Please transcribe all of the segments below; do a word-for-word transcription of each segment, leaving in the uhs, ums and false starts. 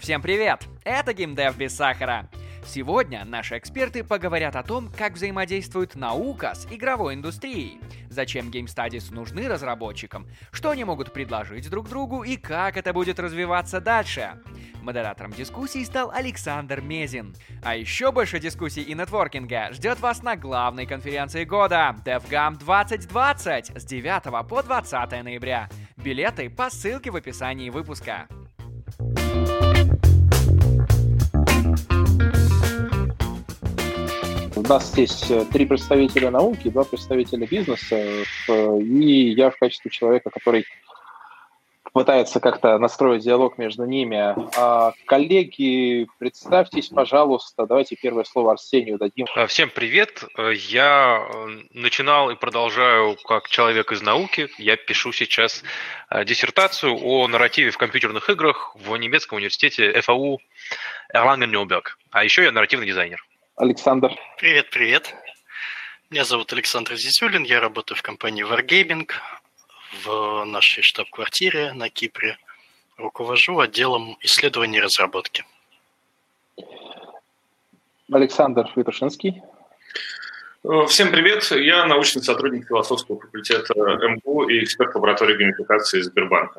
Всем привет! Это геймдев без сахара. Сегодня наши эксперты поговорят о том, как взаимодействует наука с игровой индустрией, зачем Game Studies нужны разработчикам, что они могут предложить друг другу и как это будет развиваться дальше. Модератором дискуссий стал Александр Мезин. А еще больше дискуссий и нетворкинга ждет вас на главной конференции года DevGam двадцать двадцать с девятого по двадцатое ноября. Билеты по ссылке в описании выпуска. У нас здесь три представителя науки, два представителя бизнеса, и я в качестве человека, который пытается как-то настроить диалог между ними. А, коллеги, представьтесь, пожалуйста. Давайте первое слово Арсению дадим. Всем привет. Я начинал и продолжаю как человек из науки. Я пишу сейчас диссертацию о нарративе в компьютерных играх в немецком университете эф а у Erlangen-Nürnberg. А еще я нарративный дизайнер. Александр. Привет, привет. Меня зовут Александр Зизюлин, я работаю в компании Wargaming в нашей штаб-квартире на Кипре. Руковожу отделом исследований и разработки. Александр Витушинский. Всем привет, я научный сотрудник философского факультета эм гэ у и эксперт лаборатории геймификации Сбербанка.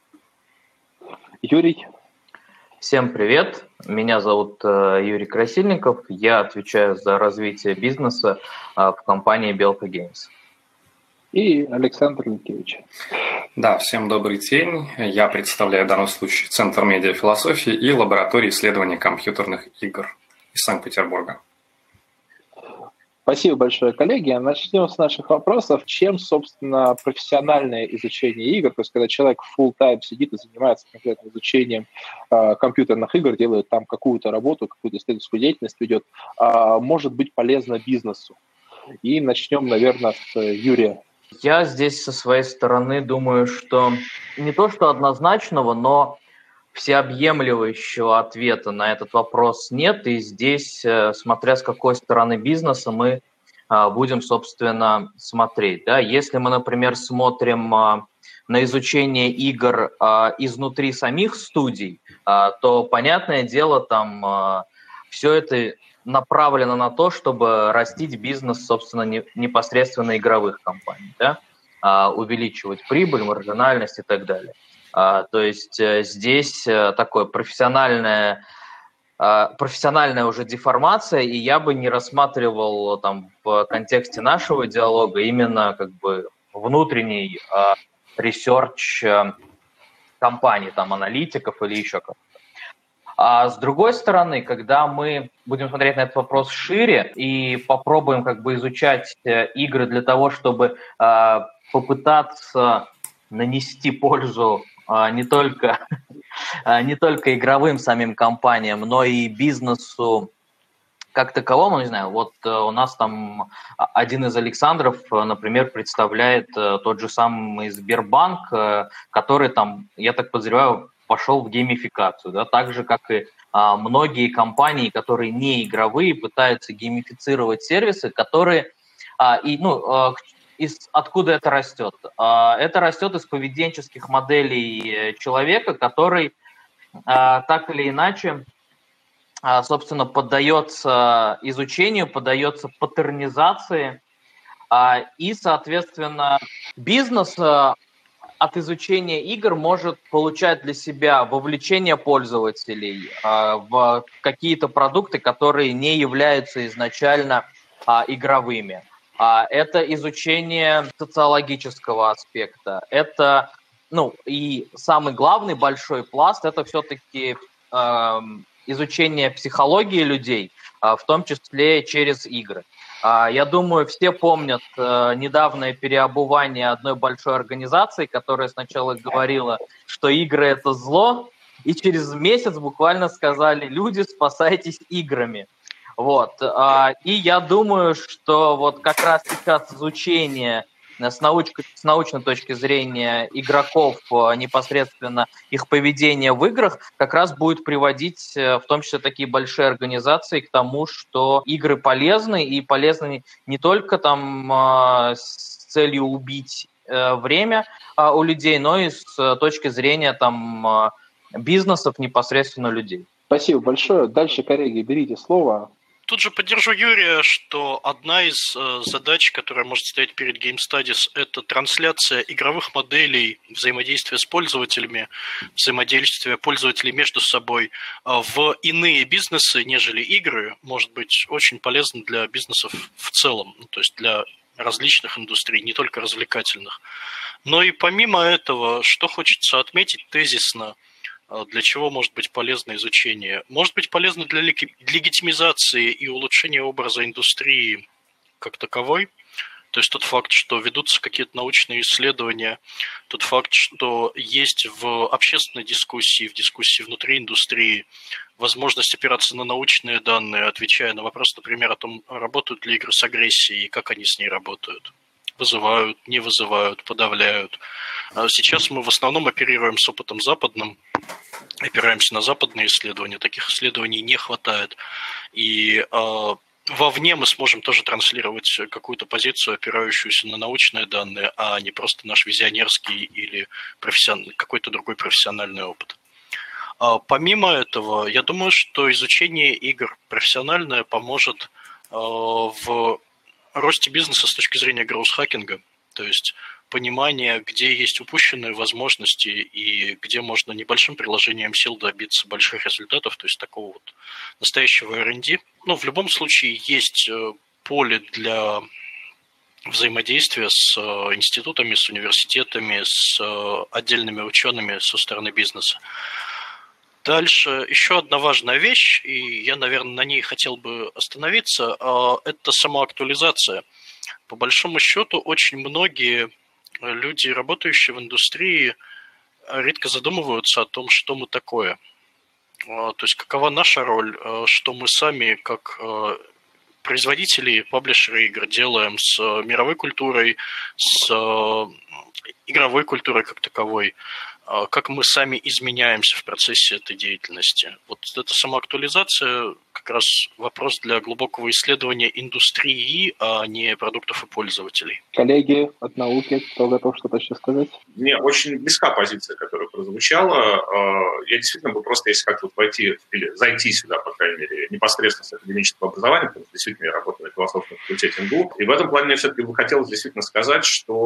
Юрий. Всем привет, меня зовут э, Юрий Красильников, я отвечаю за развитие бизнеса э, в компании Белка Геймс. И Александр Лукевич. Да, всем добрый день, я представляю в данном случае Центр медиафилософии и лабораторию исследования компьютерных игр из Санкт-Петербурга. Спасибо большое, коллеги. Начнем с наших вопросов. Чем, собственно, профессиональное изучение игр, то есть когда человек full-time сидит и занимается конкретно изучением э, компьютерных игр, делает там какую-то работу, какую-то исследовательскую деятельность ведет, э, может быть полезно бизнесу? И начнем, наверное, с Юрия. Я здесь со своей стороны думаю, что не то что однозначного, но всеобъемлющего ответа на этот вопрос нет, и здесь, смотря с какой стороны бизнеса, мы будем, собственно, смотреть. Да? Если мы, например, смотрим на изучение игр изнутри самих студий, то, понятное дело, там все это направлено на то, чтобы растить бизнес, собственно, непосредственно игровых компаний, да? Увеличивать прибыль, маржинальность и так далее. Uh, то есть uh, здесь uh, такое профессиональная, uh, профессиональная уже деформация, и я бы не рассматривал там в контексте нашего диалога именно как бы внутренний uh, ресерч uh, компаний, там, аналитиков или еще как-то. А с другой стороны, когда мы будем смотреть на этот вопрос шире и попробуем как бы изучать uh, игры для того, чтобы uh, попытаться нанести пользу не только, не только игровым самим компаниям, но и бизнесу как таковому, не знаю, вот у нас там один из Александров, например, представляет тот же самый Сбербанк, который там, я так подозреваю, пошел в геймификацию, да, так же, как и многие компании, которые не игровые, пытаются геймифицировать сервисы, которые, и, ну, Из, откуда это растет? Это растет из поведенческих моделей человека, который так или иначе, собственно, поддается изучению, поддается паттернизации, и, соответственно, бизнес от изучения игр может получать для себя вовлечение пользователей в какие-то продукты, которые не являются изначально игровыми. Это изучение социологического аспекта. Это, ну, и самый главный большой пласт – это все-таки э, изучение психологии людей, э, в том числе через игры. Э, я думаю, все помнят э, недавнее переобувание одной большой организации, которая сначала говорила, что игры – это зло, и через месяц буквально сказали: люди, спасайтесь играми. Вот. И я думаю, что вот как раз сейчас изучение с, науч... с научной точки зрения игроков, непосредственно их поведения в играх, как раз будет приводить, в том числе такие большие организации, к тому, что игры полезны, и полезны не только там с целью убить время у людей, но и с точки зрения там бизнесов, непосредственно людей. Спасибо большое. Дальше, коллеги, берите слово. Тут же поддержу Юрия, что одна из э, задач, которая может стоять перед Game Studies, это трансляция игровых моделей взаимодействия с пользователями, взаимодействия пользователей между собой э, в иные бизнесы, нежели игры, может быть очень полезно для бизнесов в целом, ну, то есть для различных индустрий, не только развлекательных. Но и помимо этого, что хочется отметить тезисно, для чего может быть полезно изучение? Может быть полезно для легитимизации и улучшения образа индустрии как таковой. То есть тот факт, что ведутся какие-то научные исследования, тот факт, что есть в общественной дискуссии, в дискуссии внутри индустрии возможность опираться на научные данные, отвечая на вопрос, например, о том, работают ли игры с агрессией и как они с ней работают. Вызывают, не вызывают, подавляют. Сейчас мы в основном оперируем с опытом западным, опираемся на западные исследования. Таких исследований не хватает. И э, вовне мы сможем тоже транслировать какую-то позицию, опирающуюся на научные данные, а не просто наш визионерский или профессион... какой-то другой профессиональный опыт. А помимо этого, я думаю, что изучение игр профессиональное поможет э, в росте бизнеса с точки зрения гроус-хакинга, то есть понимание, где есть упущенные возможности и где можно небольшим приложением сил добиться больших результатов, то есть такого вот настоящего эр энд ди. Ну, в любом случае есть поле для взаимодействия с институтами, с университетами, с отдельными учеными со стороны бизнеса. Дальше еще одна важная вещь, и я, наверное, на ней хотел бы остановиться, это самоактуализация. По большому счету, очень многие люди, работающие в индустрии, редко задумываются о том, что мы такое. То есть какова наша роль, что мы сами, как производители, паблишеры игр, делаем с мировой культурой, с игровой культурой как таковой, как мы сами изменяемся в процессе этой деятельности. Вот эта самоактуализация как раз вопрос для глубокого исследования индустрии, а не продуктов и пользователей. Коллеги от науки, кто готов что-то еще сказать? Мне очень близка позиция, которая прозвучала. Я действительно бы просто, если как-то вот войти или зайти сюда, по крайней мере, непосредственно с академического образования, потому что действительно я работаю на философском факультете эм гэ у, и в этом плане мне все-таки бы хотелось действительно сказать,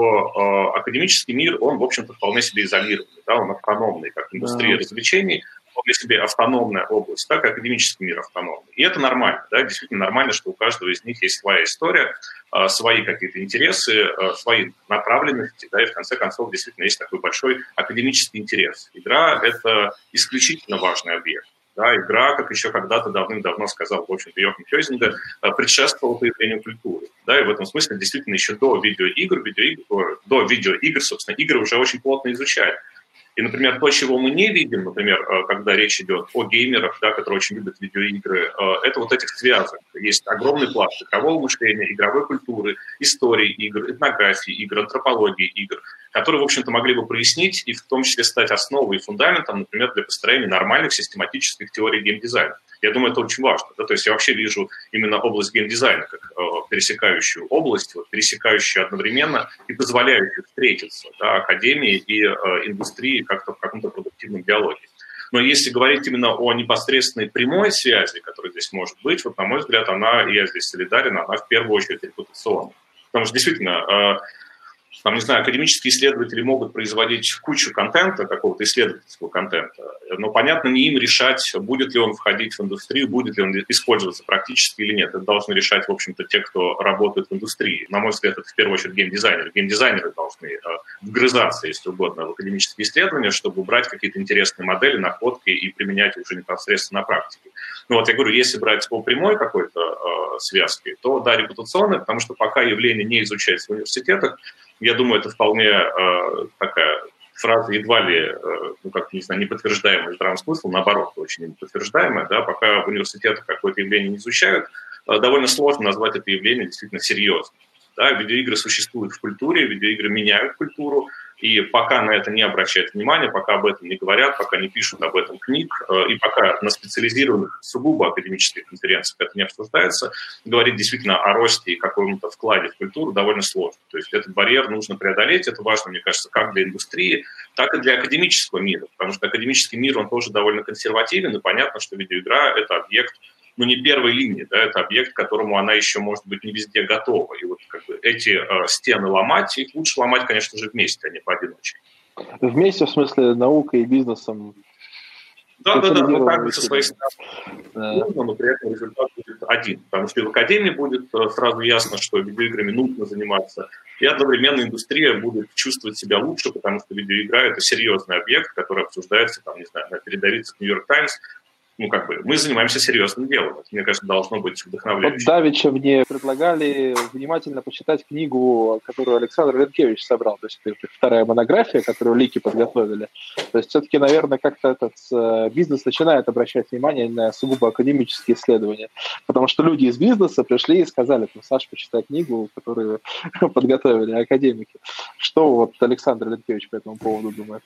что академический мир, он, в общем-то, вполне себе изолированный, да, он автономный, как индустрия да. развлечений, вполне себе автономная область, так и академический мир автономный. И это нормально, да, действительно нормально, что у каждого из них есть своя история, свои какие-то интересы, свои направленности, да, и в конце концов действительно есть такой большой академический интерес. Игра – это исключительно важный объект. Да, игра, как еще когда-то давным-давно сказал, в общем-то, Йохан Хёзинга, предшествовала появлению культуры. Да, и в этом смысле действительно еще до видеоигр, видеоигр, до видеоигр, собственно, игры уже очень плотно изучают. И, например, то, чего мы не видим, например, когда речь идет о геймерах, да, которые очень любят видеоигры, это вот этих связок. Есть огромный пласт игрового мышления, игровой культуры, истории игр, этнографии игр, антропологии игр, которые, в общем-то, могли бы прояснить и в том числе стать основой и фундаментом, например, для построения нормальных систематических теорий геймдизайна. Я думаю, это очень важно. Да? То есть я вообще вижу именно область геймдизайна как э, пересекающую область, вот, пересекающую одновременно и позволяющую встретиться, да, академии и э, индустрии как-то в каком-то продуктивном диалоге. Но если говорить именно о непосредственной прямой связи, которая здесь может быть, вот, на мой взгляд, она, и я здесь солидарен, она в первую очередь репутационная. Потому что действительно... Э, Там, не знаю, академические исследователи могут производить кучу контента, какого-то исследовательского контента, но, понятно, не им решать, будет ли он входить в индустрию, будет ли он использоваться практически или нет. Это должны решать, в общем-то, те, кто работает в индустрии. На мой взгляд, это в первую очередь геймдизайнеры. Геймдизайнеры должны э, вгрызаться, если угодно, в академические исследования, чтобы брать какие-то интересные модели, находки и применять их уже непосредственно на практике. Ну вот я говорю, если брать по прямой какой-то э, связке, то да, репутационная, потому что пока явление не изучается в университетах, я думаю, это вполне э, такая фраза едва ли, э, ну как, не знаю, не подтверждаемая здравым смыслом, наоборот, очень неподтверждаемая, да, пока в университетах какое-то явление не изучают, э, довольно сложно назвать это явление действительно серьезным. Да, видеоигры существуют в культуре, видеоигры меняют культуру, И пока на это не обращают внимания, пока об этом не говорят, пока не пишут об этом книг, и пока на специализированных, сугубо академических конференциях это не обсуждается, говорить действительно о росте и каком-то вкладе в культуру довольно сложно. То есть этот барьер нужно преодолеть, это важно, мне кажется, как для индустрии, так и для академического мира, потому что академический мир, он тоже довольно консервативен, и понятно, что видеоигра – это объект, ну, не первой линии, да, это объект, к которому она еще, может быть, не везде готова. И вот как бы эти э, стены ломать, их лучше ломать, конечно же, вместе, а не поодиночке. Вместе, в смысле, наукой и бизнесом? Да, да, да, ну как бы со своей стороны нужно, но при этом результат будет один. Потому что и в академии будет сразу ясно, что видеоиграми нужно заниматься, и одновременно индустрия будет чувствовать себя лучше, потому что видеоигра – это серьезный объект, который обсуждается, там, не знаю, на передовицах Нью-Йорк Таймс. Ну, как бы, мы занимаемся серьезным делом. Это, мне кажется, должно быть вдохновляющим. Вот давеча мне предлагали внимательно почитать книгу, которую Александр Ленкевич собрал. То есть это вторая монография, которую Лики подготовили. То есть все-таки, наверное, как-то этот бизнес начинает обращать внимание на сугубо академические исследования. Потому что люди из бизнеса пришли и сказали: Саш, почитай книгу, которую подготовили академики. Что вот Александр Ленкевич по этому поводу думает?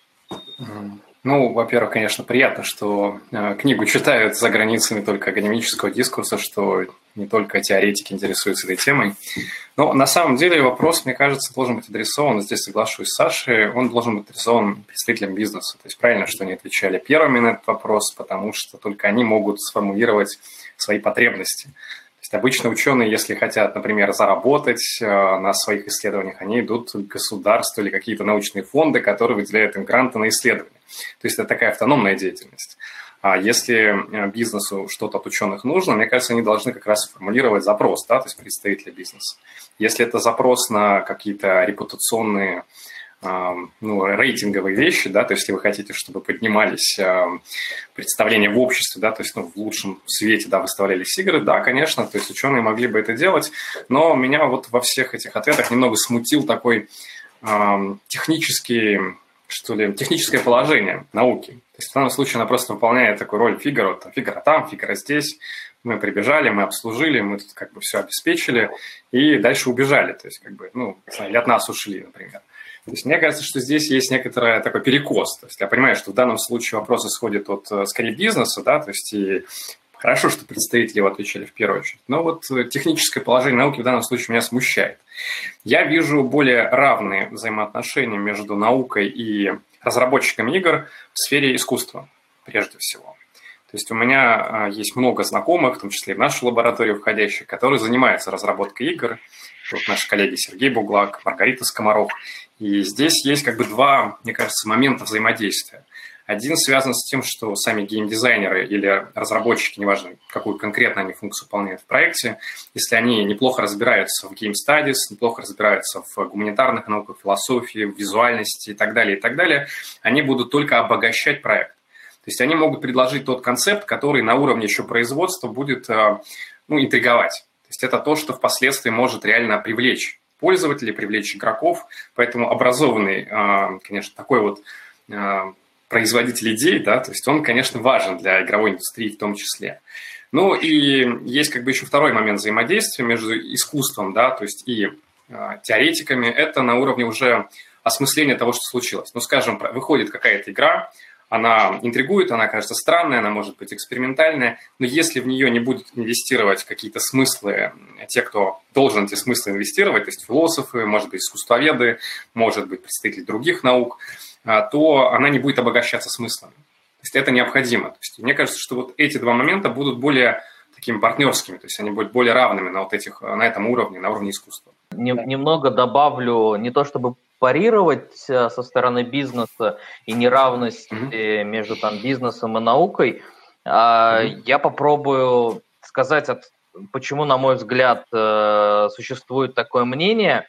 Ну, во-первых, конечно, приятно, что э, книгу читают за границами только академического дискурса, что не только теоретики интересуются этой темой. Но на самом деле вопрос, мне кажется, должен быть адресован, здесь соглашусь с Сашей, он должен быть адресован представителям бизнеса. То есть правильно, что они отвечали первыми на этот вопрос, потому что только они могут сформулировать свои потребности. То есть обычно ученые, если хотят, например, заработать э, на своих исследованиях, они идут в государство или какие-то научные фонды, которые выделяют им гранты на исследования. То есть это такая автономная деятельность. А если бизнесу что-то от ученых нужно, мне кажется, они должны как раз формулировать запрос, да, то есть представители бизнеса. Если это запрос на какие-то репутационные, ну, рейтинговые вещи, да, то есть если вы хотите, чтобы поднимались представления в обществе, да, то есть, ну, в лучшем свете, да, выставлялись игры, да, конечно, то есть ученые могли бы это делать, но меня вот во всех этих ответах немного смутил такой технический, что ли, техническое положение науки. То есть в данном случае она просто выполняет такую роль Фигаро, там, Фигаро там, Фигаро здесь. Мы прибежали, мы обслужили, мы тут как бы все обеспечили и дальше убежали. То есть, как бы, ну, или от нас ушли, например. То есть мне кажется, что здесь есть некоторый такой перекос. То есть я понимаю, что в данном случае вопрос исходит от, скорее, бизнеса, да, то есть и хорошо, что представители его отвечали в первую очередь. Но вот техническое положение науки в данном случае меня смущает. Я вижу более равные взаимоотношения между наукой и разработчиками игр в сфере искусства, прежде всего. То есть у меня есть много знакомых, в том числе и в нашу лабораторию входящих, которые занимаются разработкой игр. Вот наши коллеги Сергей Буглак, Маргарита Скоморох. И здесь есть как бы два, мне кажется, момента взаимодействия. Один связан с тем, что сами геймдизайнеры или разработчики, неважно, какую конкретно они функцию выполняют в проекте, если они неплохо разбираются в Game Studies, неплохо разбираются в гуманитарных науках, философии, в визуальности и так далее, и так далее, они будут только обогащать проект. То есть они могут предложить тот концепт, который на уровне еще производства будет, ну, интриговать. То есть это то, что впоследствии может реально привлечь пользователей, привлечь игроков. Поэтому образованный, конечно, такой вот производитель идей, да, то есть он, конечно, важен для игровой индустрии в том числе. Ну и есть как бы еще второй момент взаимодействия между искусством, да, то есть и теоретиками. Это на уровне уже осмысления того, что случилось. Ну, скажем, выходит какая-то игра, она интригует, она кажется странной, она может быть экспериментальная, но если в нее не будут инвестировать какие-то смыслы, те, кто должен эти смыслы инвестировать, то есть философы, может быть, искусствоведы, может быть, представители других наук, то она не будет обогащаться смыслами. То есть это необходимо. То есть мне кажется, что вот эти два момента будут более такими партнерскими, то есть они будут более равными на вот этих, на этом уровне, на уровне искусства. Немного добавлю, не то чтобы парировать со стороны бизнеса и неравность mm-hmm. между там, бизнесом и наукой, mm-hmm. я попробую сказать, почему, на мой взгляд, существует такое мнение.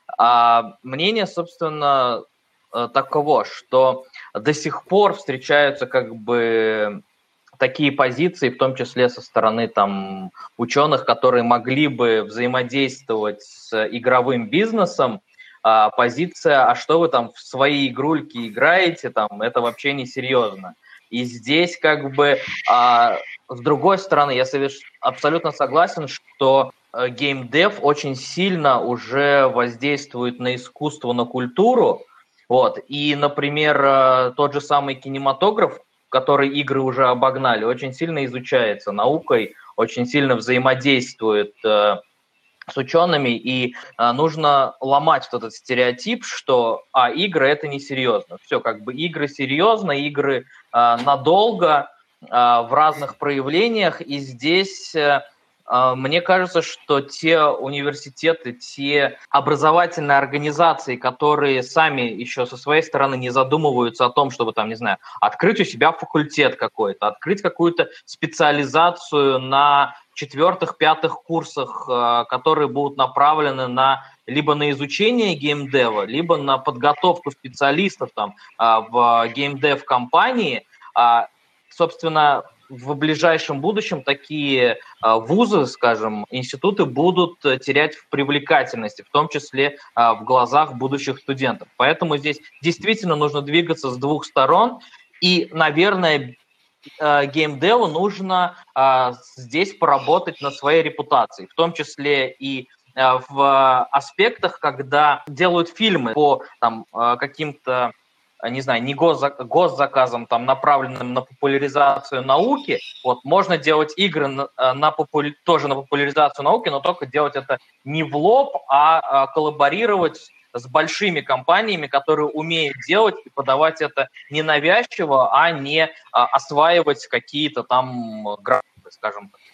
А мнение, собственно, таково, что до сих пор встречаются как бы такие позиции, в том числе со стороны там, ученых, которые могли бы взаимодействовать с игровым бизнесом, а, позиция, а что вы там в свои игрульки играете, там, это вообще не серьезно. И здесь как бы, а, с другой стороны, я соверш... абсолютно согласен, что геймдев очень сильно уже воздействует на искусство, на культуру, Вот. И, например, тот же самый кинематограф, который игры уже обогнали, очень сильно изучается наукой, очень сильно взаимодействует э, с учеными, и э, нужно ломать вот этот стереотип, что а, игры это несерьезно. Все, как бы игры серьезно, игры э, надолго, э, в разных проявлениях, и здесь... Э, Мне кажется, что те университеты, те образовательные организации, которые сами еще со своей стороны не задумываются о том, чтобы, там, не знаю, открыть у себя факультет какой-то, открыть какую-то специализацию на четвертых, пятых курсах, которые будут направлены на либо на изучение геймдева, либо на подготовку специалистов там, в геймдев-компании, собственно, в ближайшем будущем такие вузы, скажем, институты будут терять в привлекательности, в том числе в глазах будущих студентов. Поэтому здесь действительно нужно двигаться с двух сторон. И, наверное, геймдеву нужно здесь поработать над своей репутацией, в том числе и в аспектах, когда делают фильмы по там, каким-то, не знаю, не госзаказам, там, направленным на популяризацию науки, вот, можно делать игры на, на популя... тоже на популяризацию науки, но только делать это не в лоб, а, а коллаборировать с большими компаниями, которые умеют делать и подавать это ненавязчиво, а не а, осваивать какие-то там гранты, скажем так.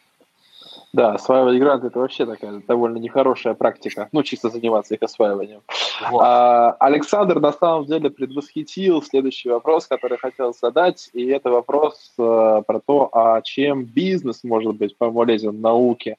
Да, осваивать гранты – это вообще такая довольно нехорошая практика, ну, чисто заниматься их осваиванием. Вот. А, Александр на самом деле предвосхитил следующий вопрос, который хотел задать, и это вопрос а, про то, а чем бизнес может быть полезен науке.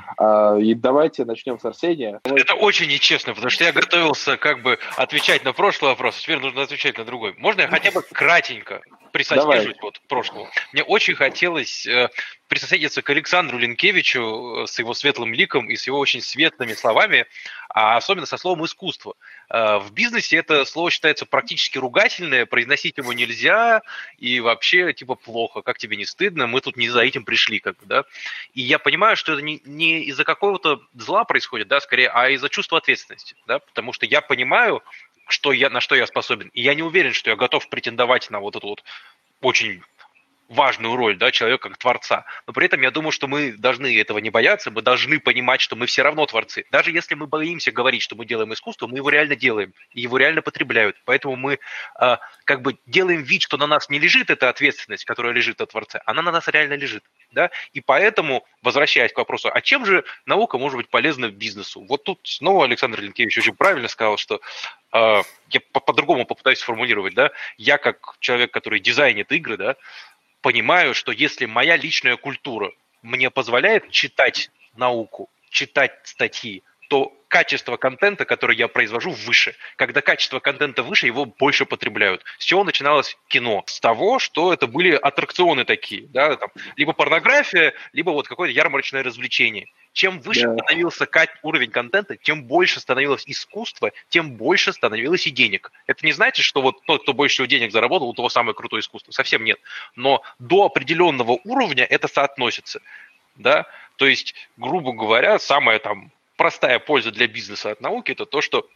А, и давайте начнем с Арсения. Это очень нечестно, потому что я готовился как бы отвечать на прошлый вопрос, а теперь нужно отвечать на другой. Можно я хотя бы кратенько присоединюсь вот к прошлому? Мне очень хотелось э, присоединиться к Александру Линкевичу с его светлым ликом и с его очень светлыми словами, а особенно со словом «искусство». Э, в бизнесе это слово считается практически ругательное, произносить его нельзя, и вообще типа плохо, как тебе не стыдно, мы тут не за этим пришли, как бы, да. И я понимаю, что это не, не из-за какого-то зла происходит, да, скорее, а из-за чувства ответственности, да, потому что я понимаю, что я, на что я способен, и я не уверен, что я готов претендовать на вот эту вот очень важную роль, да, человека как творца. Но при этом я думаю, что мы должны этого не бояться, мы должны понимать, что мы все равно творцы. Даже если мы боимся говорить, что мы делаем искусство, мы его реально делаем, и его реально потребляют. Поэтому мы э, как бы делаем вид, что на нас не лежит эта ответственность, которая лежит от творца, она на нас реально лежит. Да? И поэтому, возвращаясь к вопросу, а чем же наука может быть полезна бизнесу? Вот тут снова Александр Линкевич очень правильно сказал, что э, я по-другому попытаюсь сформулировать, да, я как человек, который дизайнит игры, да, понимаю, что если моя личная культура мне позволяет читать науку, читать статьи, то качество контента, который я произвожу, выше. Когда качество контента выше, его больше потребляют. С чего начиналось кино? С того, что это были аттракционы такие, да, там, либо порнография, либо вот какое-то ярмарочное развлечение. Чем выше yeah. становился уровень контента, тем больше становилось искусство, тем больше становилось и денег. Это не значит, что вот тот, кто больше всего денег заработал, у того самое крутое искусство. Совсем нет. Но до определенного уровня это соотносится. Да? То есть, грубо говоря, самая там простая польза для бизнеса от науки – это то, что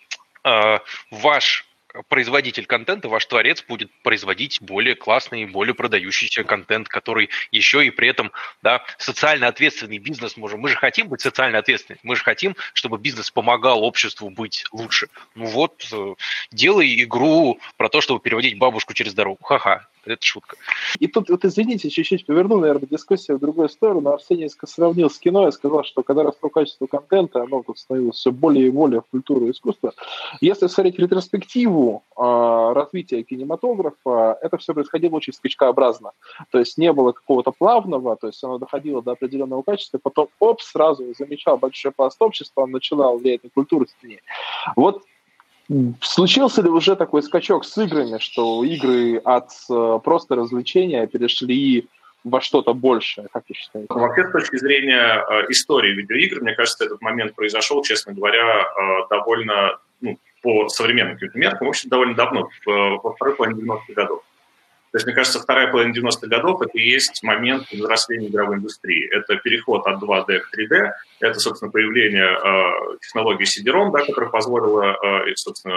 э, ваш производитель контента, ваш творец будет производить более классный, более продающийся контент, который еще и при этом, да, социально ответственный бизнес можем. Мы же хотим быть социально ответственными, мы же хотим, чтобы бизнес помогал обществу быть лучше. Ну вот, делай игру про то, чтобы переводить бабушку через дорогу. Ха-ха. Это шутка. И тут, вот извините, чуть-чуть поверну, наверное, дискуссию в другую сторону. Арсений сравнил с кино и сказал, что когда росло качество контента, оно тут становилось все более и более в культуру и искусство. Если смотреть ретроспективу э, развития кинематографа, это все происходило очень скачкообразно. То есть не было какого-то плавного, то есть оно доходило до определенного качества, потом, оп, сразу замечал большой пласт общества, он начинал влиять на культуру страны. Вот случился ли уже такой скачок с играми, что игры от э, просто развлечения перешли во что-то большее, как вы считаете? Вообще, с точки зрения э, истории видеоигр, мне кажется, этот момент произошел, честно говоря, э, довольно, ну, по современным каким-то меркам, в общем, довольно давно, в, во второй половине девяностых годов. То есть, мне кажется, вторая половина девяностых годов – это и есть момент взросления игровой индустрии. Это переход от два дэ к три дэ, это, собственно, появление э, технологии си ди ром, да, которая позволила, э, собственно,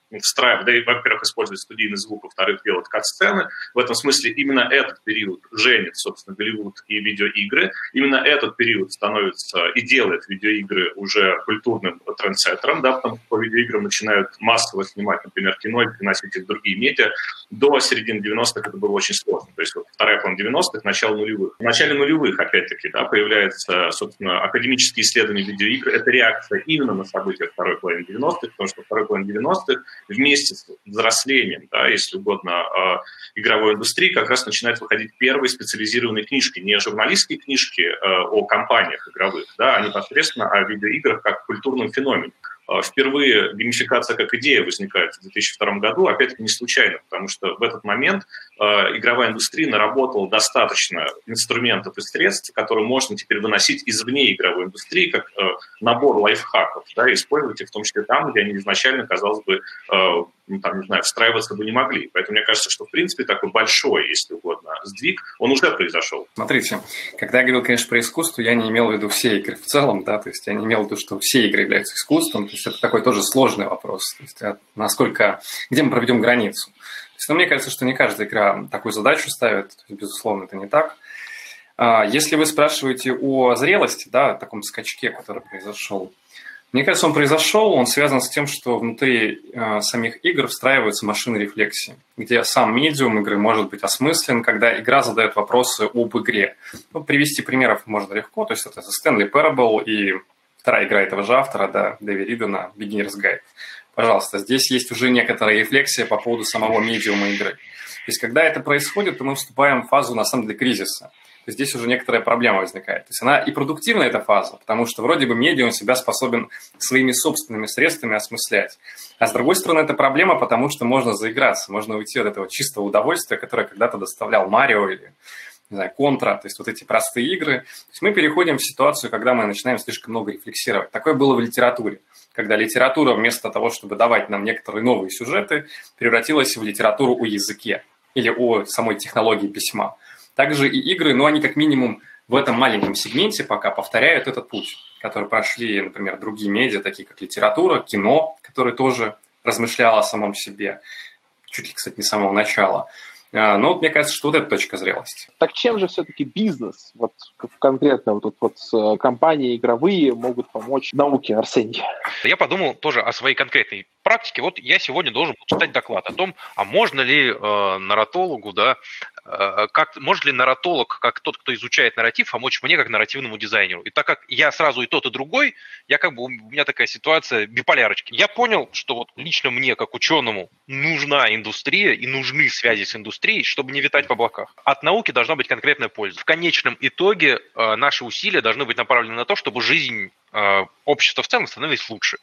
встраивать, да, и, во-первых, использовать студийный звук, во-вторых, делать кат-сцены. В этом смысле именно этот период женит, собственно, Голливуд и видеоигры. Именно этот период становится и делает видеоигры уже культурным трендсеттером, да, потому что по видеоиграм начинают массово снимать, например, кино и приносить их в другие медиа. До середины девяностых это было очень сложно. То есть вот вторая половина девяностых, начало нулевых. В начале нулевых, опять-таки, да, появляются, собственно, академические исследования видеоигр. Это реакция именно на события второй половины девяностых, потому что второй половины девяностых вместе с взрослением, да, если угодно, игровой индустрии как раз начинают выходить первые специализированные книжки, не журналистские книжки о компаниях игровых, да, а непосредственно о видеоиграх как культурном феномене. Впервые геймификация как идея возникает в две тысячи втором году, опять-таки не случайно, потому что в этот момент э, игровая индустрия наработала достаточно инструментов и средств, которые можно теперь выносить извне игровой индустрии, как э, набор лайфхаков, да, и использовать их в том числе там, где они изначально, казалось бы, э, ну, там, не знаю, встраиваться бы не могли. Поэтому мне кажется, что, в принципе, такой большой, если угодно, сдвиг, он уже произошел. Смотрите, когда я говорил, конечно, про искусство, я не имел в виду все игры в целом, да, то есть я не имел в виду, что все игры являются искусством, то есть это такой тоже сложный вопрос, то есть насколько, где мы проведем границу. То есть, ну, мне кажется, что не каждая игра такую задачу ставит, то есть, безусловно, это не так. Если вы спрашиваете о зрелости, да, о таком скачке, который произошел, мне кажется, он произошел, он связан с тем, что внутри э, самих игр встраиваются машины рефлексии, где сам медиум игры может быть осмыслен, когда игра задает вопросы об игре. Ну, привести примеров можно легко, то есть это The Stanley Parable и вторая игра этого же автора, да, Дэви Ридена, Beginner's Guide. Пожалуйста, здесь есть уже некоторая рефлексия по поводу самого медиума игры. То есть когда это происходит, то мы вступаем в фазу, на самом деле, кризиса. Здесь уже некоторая проблема возникает. То есть она и продуктивная, эта фаза, потому что вроде бы медиум себя способен своими собственными средствами осмыслять. А с другой стороны, это проблема, потому что можно заиграться, можно уйти от этого чистого удовольствия, которое когда-то доставлял Марио или, не знаю, Контра, то есть вот эти простые игры. То есть мы переходим в ситуацию, когда мы начинаем слишком много рефлексировать. Такое было в литературе, когда литература вместо того, чтобы давать нам некоторые новые сюжеты, превратилась в литературу о языке или о самой технологии письма. Также и игры, но они как минимум в этом маленьком сегменте пока повторяют этот путь, который прошли, например, другие медиа, такие как литература, кино, которое тоже размышляло о самом себе, чуть ли, кстати, не с самого начала. Но вот мне кажется, что вот эта точка зрелости. Так чем же все-таки бизнес, вот конкретно вот, вот, вот компании игровые могут помочь науке, Арсений? Я подумал тоже о своей конкретной практике. Вот я сегодня должен читать доклад о том, а можно ли э, нарратологу, да, э, как, может ли нарратолог, как тот, кто изучает нарратив, помочь мне как нарративному дизайнеру. И так как я сразу и тот, и другой, я как бы, у меня такая ситуация биполярочки. Я понял, что вот лично мне, как ученому, нужна индустрия и нужны связи с индустрией, чтобы не витать в облаках. От науки должна быть конкретная польза. В конечном итоге э, наши усилия должны быть направлены на то, чтобы жизнь э, общества в целом становилась лучше.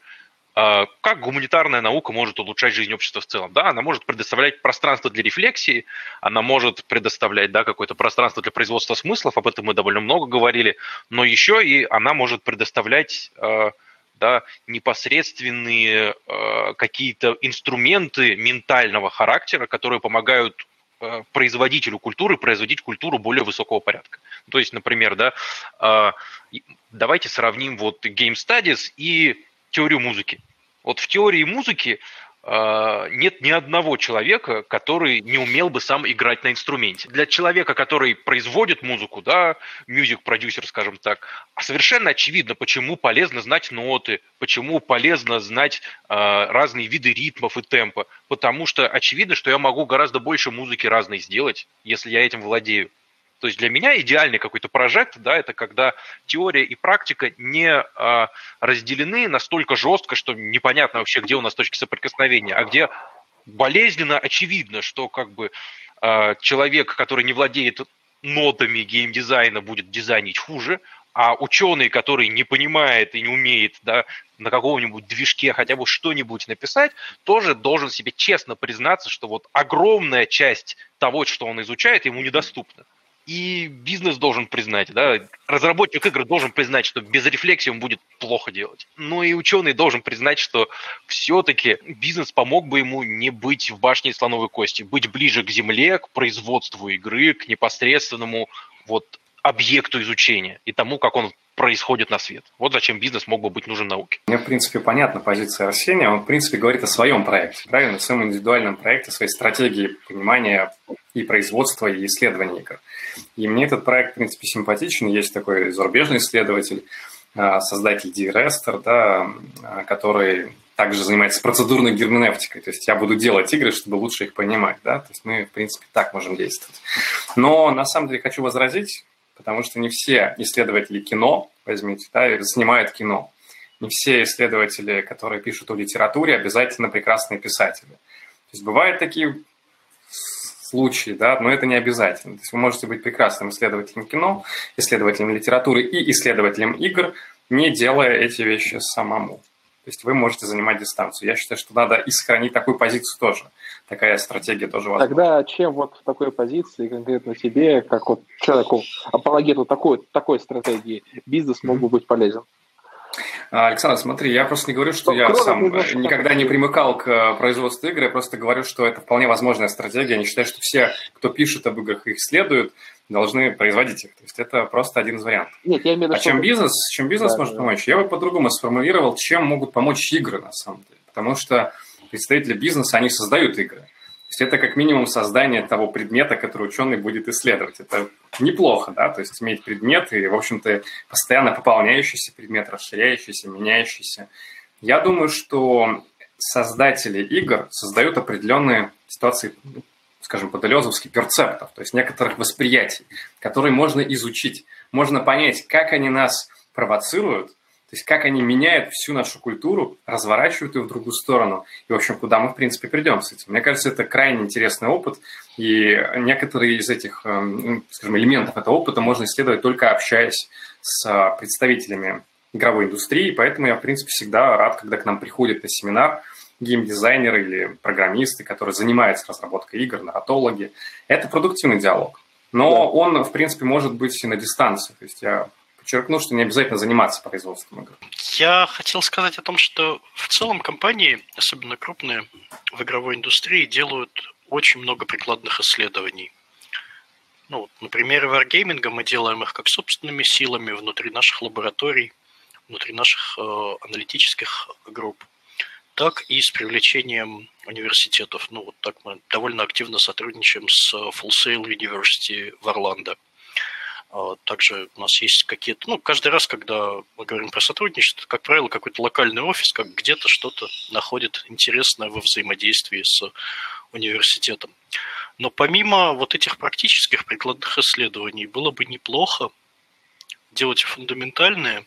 Как гуманитарная наука может улучшать жизнь общества в целом? Да, она может предоставлять пространство для рефлексии, она может предоставлять, да, какое-то пространство для производства смыслов, об этом мы довольно много говорили, но еще и она может предоставлять, да, непосредственные какие-то инструменты ментального характера, которые помогают производителю культуры производить культуру более высокого порядка. То есть, например, да, давайте сравним вот Game Studies и теорию музыки. Вот в теории музыки э, нет ни одного человека, который не умел бы сам играть на инструменте. Для человека, который производит музыку, да, мьюзик-продюсер, скажем так, совершенно очевидно, почему полезно знать ноты, почему полезно знать э, разные виды ритмов и темпа. Потому что очевидно, что я могу гораздо больше музыки разной сделать, если я этим владею. То есть для меня идеальный какой-то прожект, да, это когда теория и практика не а, разделены настолько жестко, что непонятно вообще, где у нас точки соприкосновения, а где болезненно очевидно, что как бы а, человек, который не владеет нотами геймдизайна, будет дизайнить хуже, а ученый, который не понимает и не умеет, да, на каком-нибудь движке хотя бы что-нибудь написать, тоже должен себе честно признаться, что вот огромная часть того, что он изучает, ему недоступна. И бизнес должен признать, да, разработчик игр должен признать, что без рефлексии он будет плохо делать. Но и ученый должен признать, что все-таки бизнес помог бы ему не быть в башне из слоновой кости, быть ближе к земле, к производству игры, к непосредственному вот объекту изучения и тому, как он происходит на свет. Вот зачем бизнес мог бы быть нужен науке. Мне, в принципе, понятна позиция Арсения. Он, в принципе, говорит о своем проекте, правильно? О своем индивидуальном проекте, своей стратегии понимания и производства, и исследований игр. И мне этот проект, в принципе, симпатичен. Есть такой зарубежный исследователь, создатель D-Rester, да, который также занимается процедурной герменевтикой. То есть я буду делать игры, чтобы лучше их понимать. Да? То есть мы, в принципе, так можем действовать. Но на самом деле хочу возразить, потому что не все исследователи кино, возьмите, да, снимают кино. Не все исследователи, которые пишут о литературе, обязательно прекрасные писатели. То есть бывают такие случаи, да, но это не обязательно. То есть вы можете быть прекрасным исследователем кино, исследователем литературы и исследователем игр, не делая эти вещи самому. То есть вы можете занимать дистанцию. Я считаю, что надо и сохранить такую позицию тоже. Такая стратегия тоже возможна. Тогда чем вот в такой позиции конкретно тебе, как вот человеку, апологету такой, такой стратегии, бизнес мог бы быть полезен? Александр, смотри, я просто не говорю, что Но, я сам бизнеса, никогда так, не примыкал к производству игр, я просто говорю, что это вполне возможная стратегия. Я не считаю, что все, кто пишет об играх и их исследуют, должны производить их. То есть это просто один из вариантов. Нет, я имею в виду, а чем что... бизнес, чем бизнес да, может да. помочь? Я бы по-другому сформулировал, чем могут помочь игры на самом деле. Потому что представители бизнеса, они создают игры. То есть это как минимум создание того предмета, который ученый будет исследовать. Это неплохо, да, то есть иметь предмет и, в общем-то, постоянно пополняющийся предмет, расширяющийся, меняющийся. Я думаю, что создатели игр создают определенные ситуации, скажем, по-делезовски, перцептов, то есть некоторых восприятий, которые можно изучить. Можно понять, как они нас провоцируют, то есть как они меняют всю нашу культуру, разворачивают ее в другую сторону. И, в общем, куда мы, в принципе, придем с этим. Мне кажется, это крайне интересный опыт. И некоторые из этих, скажем, элементов этого опыта можно исследовать только общаясь с представителями игровой индустрии. Поэтому я, в принципе, всегда рад, когда к нам приходят на семинар геймдизайнеры или программисты, которые занимаются разработкой игр, нарратологи. Это продуктивный диалог. Но он, в принципе, может быть и на дистанции. То есть я... подчеркну, что не обязательно заниматься производством игр. Я хотел сказать о том, что в целом компании, особенно крупные в игровой индустрии, делают очень много прикладных исследований. Ну, на примере Wargaming мы делаем их как собственными силами внутри наших лабораторий, внутри наших э, аналитических групп, так и с привлечением университетов. Ну, вот так мы довольно активно сотрудничаем с Full Sail University в Орландо. Также у нас есть какие-то... Ну, каждый раз, когда мы говорим про сотрудничество, как правило, какой-то локальный офис, как где-то что-то находит интересное во взаимодействии с университетом. Но помимо вот этих практических прикладных исследований, было бы неплохо делать фундаментальные.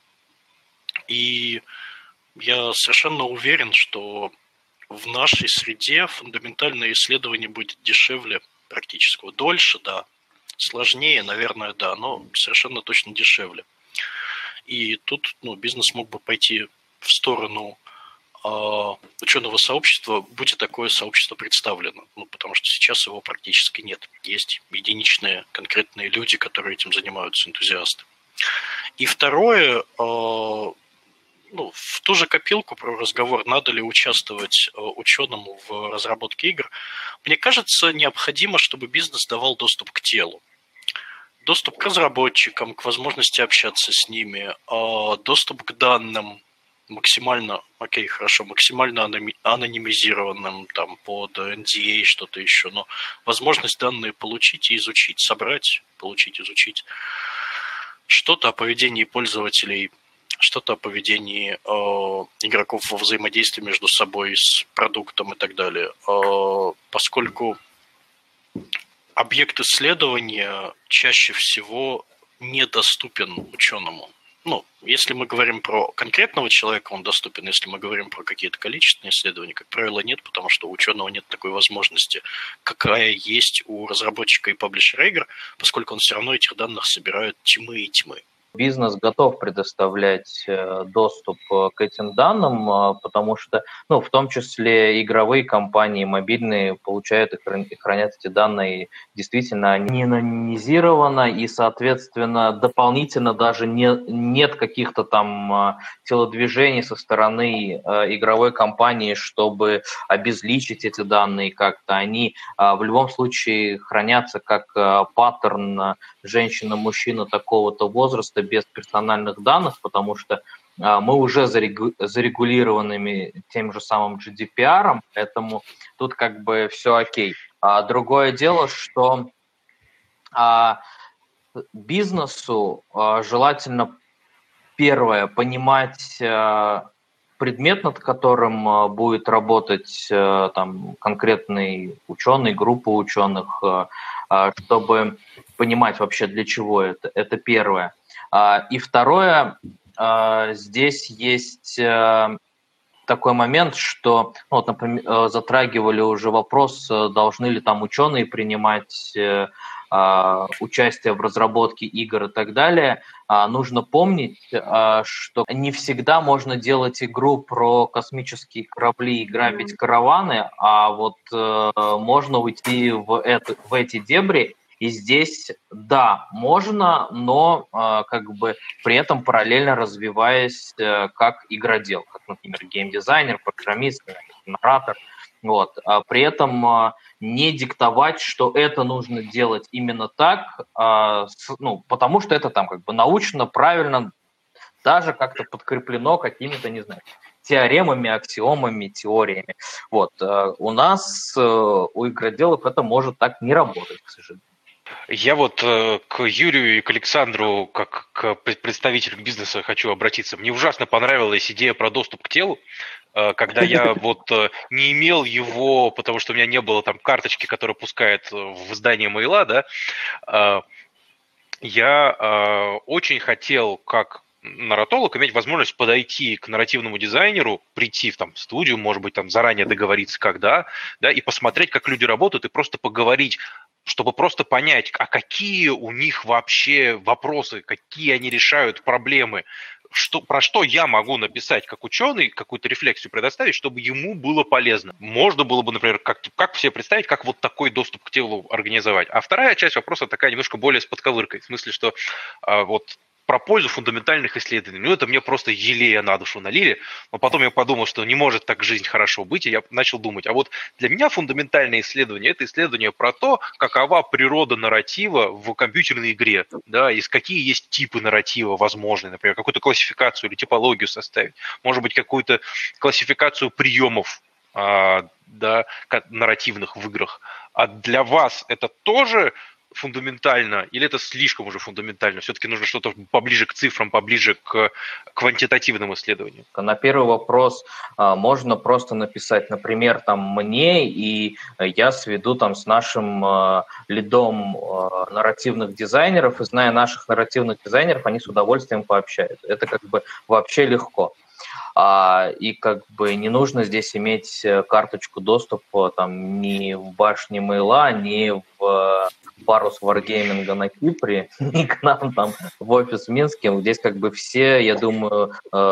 И я совершенно уверен, что в нашей среде фундаментальное исследование будет дешевле практического. Дольше, да. Сложнее, наверное, да, но совершенно точно дешевле. И тут ну, бизнес мог бы пойти в сторону э, ученого сообщества, будь и такое сообщество представлено. Ну, потому что сейчас его практически нет. Есть единичные конкретные люди, которые этим занимаются, энтузиасты. И второе, э, ну, в ту же копилку про разговор, надо ли участвовать э, ученому в разработке игр, мне кажется, необходимо, чтобы бизнес давал доступ к телу. Доступ к разработчикам, к возможности общаться с ними, э, доступ к данным максимально, окей, хорошо, максимально анонимизированным, там, под эн ди эй, что-то еще, но возможность данные получить и изучить, собрать, получить, изучить. Что-то о поведении пользователей, что-то о поведении э, игроков во взаимодействии между собой с продуктом и так далее. Э, поскольку объект исследования чаще всего недоступен ученому. Ну, если мы говорим про конкретного человека, он доступен. Если мы говорим про какие-то количественные исследования, как правило, нет, потому что у ученого нет такой возможности, какая есть у разработчика и паблишера игр, поскольку он все равно этих данных собирает тьмы и тьмы. Бизнес готов предоставлять доступ к этим данным, потому что, ну, в том числе игровые компании, мобильные, получают и хранят эти данные действительно не анонимизированно, и, соответственно, дополнительно даже не, нет каких-то там телодвижений со стороны игровой компании, чтобы обезличить эти данные как-то. Они в любом случае хранятся как паттерн женщина-мужчина такого-то возраста, без персональных данных, потому что мы уже зарегулированными тем же самым джи ди пи ар, поэтому тут как бы все окей. А другое дело, что а, бизнесу а, желательно, первое, понимать а, предмет, над которым а, будет работать а, там, конкретный ученый, группа ученых, а, а, чтобы понимать вообще, для чего это. Это первое. А, и второе, здесь есть такой момент, что, ну, вот, например, затрагивали уже вопрос, должны ли там ученые принимать участие в разработке игр и так далее. Нужно помнить, что не всегда можно делать игру про космические корабли и грабить караваны, а вот можно уйти в, это, в эти дебри. И здесь, да, можно, но э, как бы при этом параллельно развиваясь э, как игродел, как, например, геймдизайнер, программист, нарратор. Вот. А при этом э, не диктовать, что это нужно делать именно так, э, с, ну, потому что это там как бы научно, правильно, даже как-то подкреплено какими-то, не знаю, теоремами, аксиомами, теориями. Вот. Э, у нас, э, у игроделов это может так не работать, к сожалению. Я вот э, к Юрию и к Александру, как к представителю бизнеса, хочу обратиться. Мне ужасно понравилась идея про доступ к телу, э, когда я вот э, не имел его, потому что у меня не было там карточки, которая пускает в издание мейла, да. Э, я э, очень хотел, как нарратолог, иметь возможность подойти к нарративному дизайнеру, прийти в там, студию, может быть, там заранее договориться, когда, да, и посмотреть, как люди работают, и просто поговорить, чтобы просто понять, а какие у них вообще вопросы, какие они решают проблемы, что, про что я могу написать как ученый, какую-то рефлексию предоставить, чтобы ему было полезно. Можно было бы, например, как, как себе представить, как вот такой доступ к телу организовать. А вторая часть вопроса такая немножко более с подковыркой, в смысле, что а, вот про пользу фундаментальных исследований. Ну, это мне просто елея на душу налили, но потом я подумал, что не может так жизнь хорошо быть, и я начал думать, а вот для меня фундаментальное исследование – это исследование про то, какова природа нарратива в компьютерной игре, да, и какие есть типы нарратива возможны, например, какую-то классификацию или типологию составить, может быть, какую-то классификацию приемов, а, да, нарративных в играх. А для вас это тоже фундаментально, или это слишком уже фундаментально? Все-таки нужно что-то поближе к цифрам, поближе к квантитативным исследованиям. На первый вопрос можно просто написать, например, там мне, и я сведу там с нашим лидом нарративных дизайнеров, и зная наших нарративных дизайнеров, они с удовольствием пообщаются. Это как бы вообще легко. И как бы не нужно здесь иметь карточку доступа там ни в башне мейла, ни в парус варгейминга на Кипре, ни к нам там в офис в Минске. Здесь как бы все, я думаю,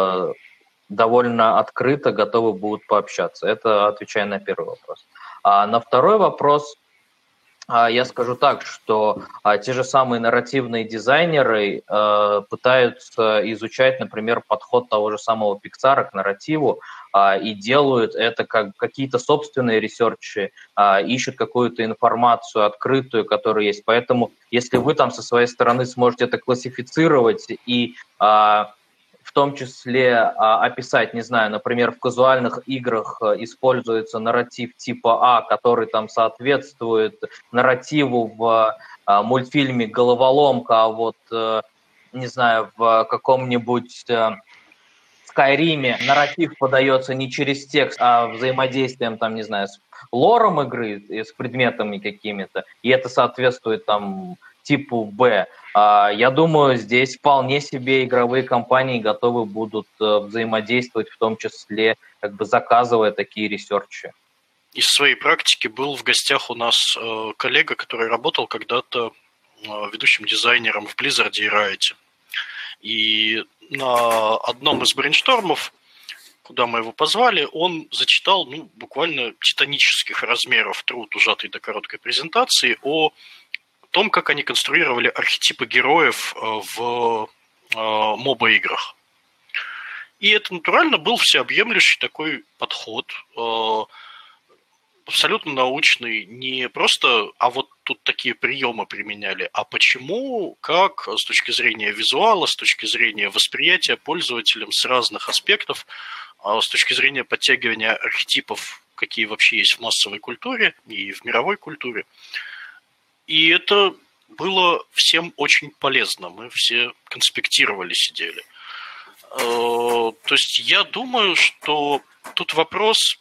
довольно открыто готовы будут пообщаться. Это отвечая на первый вопрос. А на второй вопрос я скажу так, что а, те же самые нарративные дизайнеры а, пытаются изучать, например, подход того же самого Pixar к нарративу а, и делают это как какие-то собственные ресерчи, а, ищут какую-то информацию открытую, которая есть. Поэтому, если вы там со своей стороны сможете это классифицировать и а, в том числе а, описать, не знаю, например, в казуальных играх используется нарратив типа А, который там соответствует нарративу в а, мультфильме «Головоломка», а вот, а, не знаю, в каком-нибудь а, Скайриме нарратив подается не через текст, а взаимодействием, там, не знаю, с лором игры, с предметами какими-то, и это соответствует там типу Б. Я думаю, здесь вполне себе игровые компании готовы будут взаимодействовать, в том числе как бы заказывая такие ресерчи. Из своей практики был в гостях у нас коллега, который работал когда-то ведущим дизайнером в Blizzard и Riot. И на одном из брейнштормов, куда мы его позвали, он зачитал ну, буквально титанических размеров труд, ужатый до короткой презентации, о том, как они конструировали архетипы героев в моба-играх. И это натурально был всеобъемлющий такой подход. абсолютно научный, не просто, а вот тут такие приемы применяли, а почему, как с точки зрения визуала, с точки зрения восприятия пользователям с разных аспектов, с точки зрения подтягивания архетипов, какие вообще есть в массовой культуре и в мировой культуре. И это было всем очень полезно. Мы все конспектировали, сидели. То есть я думаю, что тут вопрос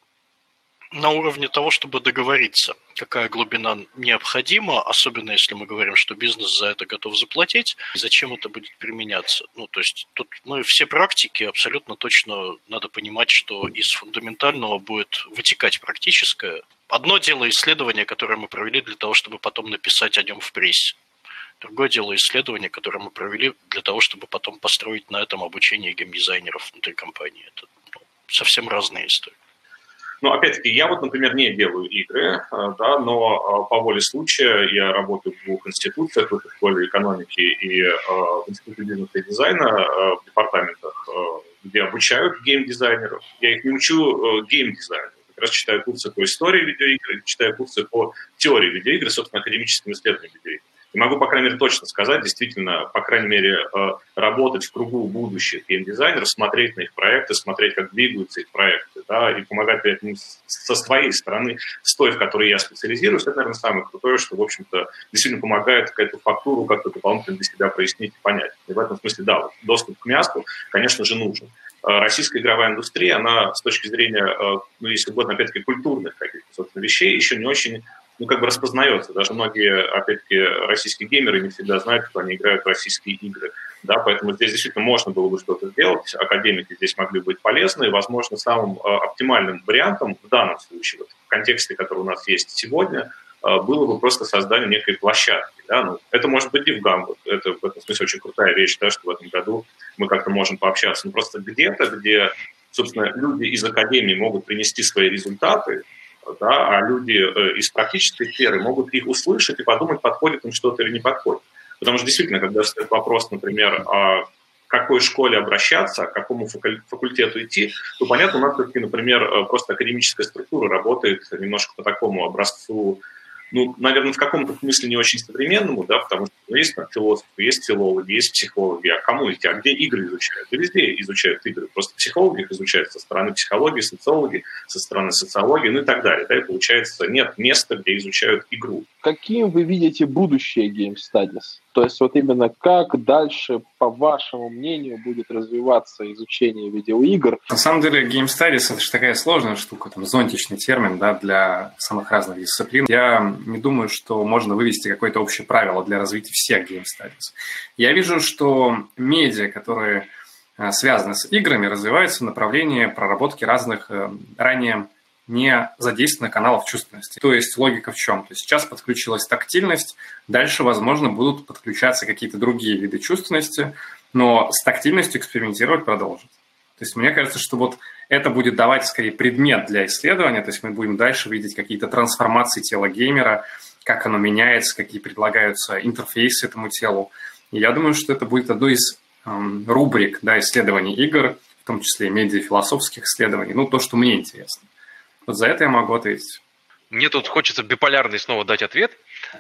на уровне того, чтобы договориться, какая глубина необходима, особенно если мы говорим, что бизнес за это готов заплатить, и зачем это будет применяться. Ну, то есть тут мы все практики абсолютно точно надо понимать, что из фундаментального будет вытекать практическое. Одно дело исследование, которое мы провели для того, чтобы потом написать о нем в прессе. Другое дело исследование, которое мы провели для того, чтобы потом построить на этом обучение геймдизайнеров внутри компании. Это ну, совсем разные истории. Ну, опять-таки, я вот, например, не делаю игры, да, но по воле случая я работаю в двух институциях, в школе экономики и в институте бизнеса и дизайна, в департаментах, где обучают геймдизайнеров. Я их не учу геймдизайну. Как раз читаю курсы по истории видеоигр, читаю курсы по теории видеоигр, собственно, академическим исследованиям видеоигр. И могу, по крайней мере, точно сказать, действительно, по крайней мере, работать в кругу будущих геймдизайнеров, смотреть на их проекты, смотреть, как двигаются их проекты, да, и помогать при этом со своей стороны, с той, в которой я специализируюсь, это, наверное, самое крутое, что, в общем-то, действительно помогает какую-то фактуру как-то дополнительно для себя прояснить и понять. И в этом смысле, да, доступ к мясу, конечно же, нужен. Российская игровая индустрия, она с точки зрения, ну, если угодно, опять-таки, культурных каких-то, собственно, вещей, еще не очень... ну, как бы распознается. Даже многие, опять-таки, российские геймеры не всегда знают, что они играют в российские игры. Да, поэтому здесь действительно можно было бы что-то сделать. Академики здесь могли быть полезны. И, возможно, самым э, оптимальным вариантом в данном случае, вот, в контексте, который у нас есть сегодня, э, было бы просто создание некой площадки. Да? Ну, это может быть DevGam. Это в этом смысле очень крутая вещь, да, что в этом году мы как-то можем пообщаться. Но просто где-то, где, собственно, люди из академии могут принести свои результаты, да, а люди э, из практической сферы могут их услышать и подумать, подходит им что-то или не подходит. Потому что действительно, когда стоит вопрос, например, о какой школе обращаться, к какому факультету идти, то, понятно, у нас все-таки, например, просто академическая структура работает немножко по такому образцу, ну, наверное, в каком-то смысле не очень современному, да, потому что ну, есть там, философы, есть филологи, есть психологи, а кому идти, а где игры изучают? И везде изучают игры, просто психологи их изучают со стороны психологии, социологи со стороны социологии, ну и так далее. Да, и получается, нет места, где изучают игру. Каким вы видите будущее Game Studies? То есть вот именно как дальше, по вашему мнению, будет развиваться изучение видеоигр? На самом деле Game Studies – это же такая сложная штука, там, зонтичный термин, да, для самых разных дисциплин. Я не думаю, что можно вывести какое-то общее правило для развития всех Game Studies. Я вижу, что медиа, которые связаны с играми, развиваются в направлении проработки разных ранее не задействованных каналов чувственности. То есть логика в чем? То есть сейчас подключилась тактильность, дальше, возможно, будут подключаться какие-то другие виды чувственности, но с тактильностью экспериментировать продолжат. То есть мне кажется, что вот это будет давать скорее предмет для исследования, то есть мы будем дальше видеть какие-то трансформации тела геймера, как оно меняется, какие предлагаются интерфейсы этому телу. И я думаю, что это будет одной из эм, рубрик, да, исследований игр, в том числе и медиафилософских исследований, ну, то, что мне интересно. Вот за это я могу ответить. Мне тут хочется биполярный снова дать ответ.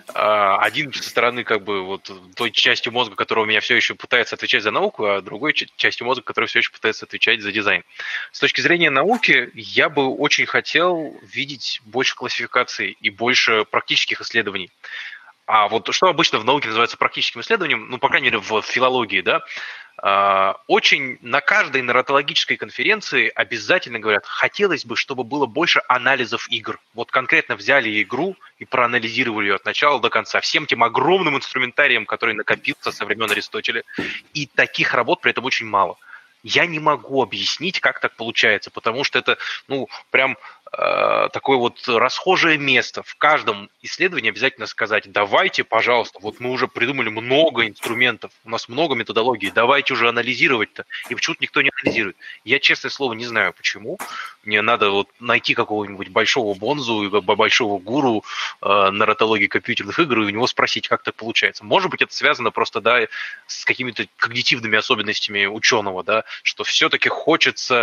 Один со стороны как бы вот той частью мозга, которая у меня все еще пытается отвечать за науку, а другой частью мозга, которая все еще пытается отвечать за дизайн. С точки зрения науки, я бы очень хотел видеть больше классификаций и больше практических исследований. А вот что обычно в науке называется практическим исследованием, ну, по крайней мере, в филологии, да, очень на каждой нарратологической конференции обязательно говорят, хотелось бы, чтобы было больше анализов игр. Вот конкретно взяли игру и проанализировали ее от начала до конца, всем тем огромным инструментарием, который накопился со времен Аристотеля. И таких работ при этом очень мало. Я не могу объяснить, как так получается, потому что это, ну, прям э, такое вот расхожее место. В каждом исследовании обязательно сказать, давайте, пожалуйста, вот мы уже придумали много инструментов, у нас много методологий, давайте уже анализировать-то. И почему-то никто не анализирует. Я, честное слово, не знаю, почему. Мне надо вот найти какого-нибудь большого бонзу, большого гуру э, нарратологии компьютерных игр и у него спросить, как так получается. Может быть, это связано просто, да, с какими-то когнитивными особенностями ученого, да, что все-таки хочется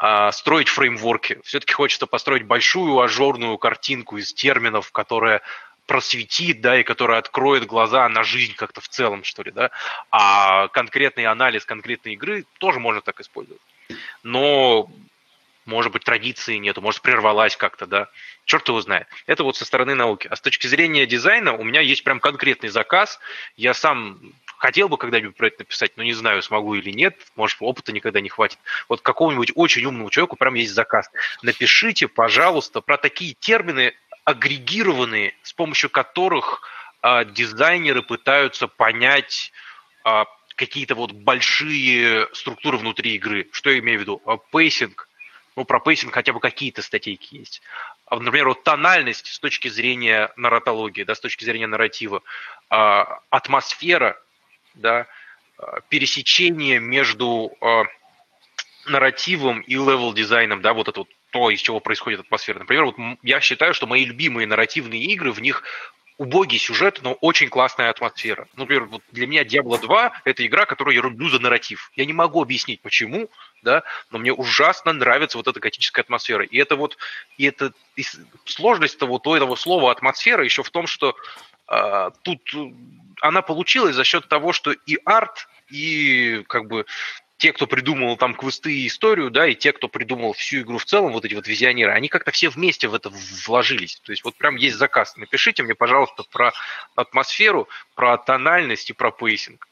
строить фреймворки. Все-таки хочется построить большую ажурную картинку из терминов, которая просветит, да, и которая откроет глаза на жизнь как-то в целом, что ли, да. А конкретный анализ конкретной игры тоже можно так использовать. Но, может быть, традиции нету, может, прервалась как-то, да. Черт его знает. Это вот со стороны науки. А с точки зрения дизайна у меня есть прям конкретный заказ. Я сам хотел бы когда-нибудь про это написать, но не знаю, смогу или нет. Может, опыта никогда не хватит. Вот какому-нибудь очень умному человеку прям есть заказ. Напишите, пожалуйста, про такие термины агрегированные, с помощью которых а, дизайнеры пытаются понять а, какие-то вот большие структуры внутри игры. Что я имею в виду? А, пейсинг. Ну, про пейсинг хотя бы какие-то статейки есть. А, например, вот тональность с точки зрения нарратологии, да, с точки зрения нарратива, а, атмосфера, да, пересечение между э, нарративом и левел-дизайном, да, вот это вот то, из чего происходит атмосфера. Например, вот я считаю, что мои любимые нарративные игры, в них убогий сюжет, но очень классная атмосфера. Например, вот для меня Diablo два – это игра, которую я люблю за нарратив. Я не могу объяснить, почему, да, но мне ужасно нравится вот эта готическая атмосфера. И это вот, и это и сложность вот у этого слова атмосфера еще в том, что э, тут она получилась за счет того, что и арт, и как бы те, кто придумал там квесты и историю, да, и те, кто придумал всю игру в целом, вот эти вот визионеры, они как-то все вместе в это вложились. То есть вот прям есть заказ. Напишите мне, пожалуйста, про атмосферу, про тональность и про пейсинг.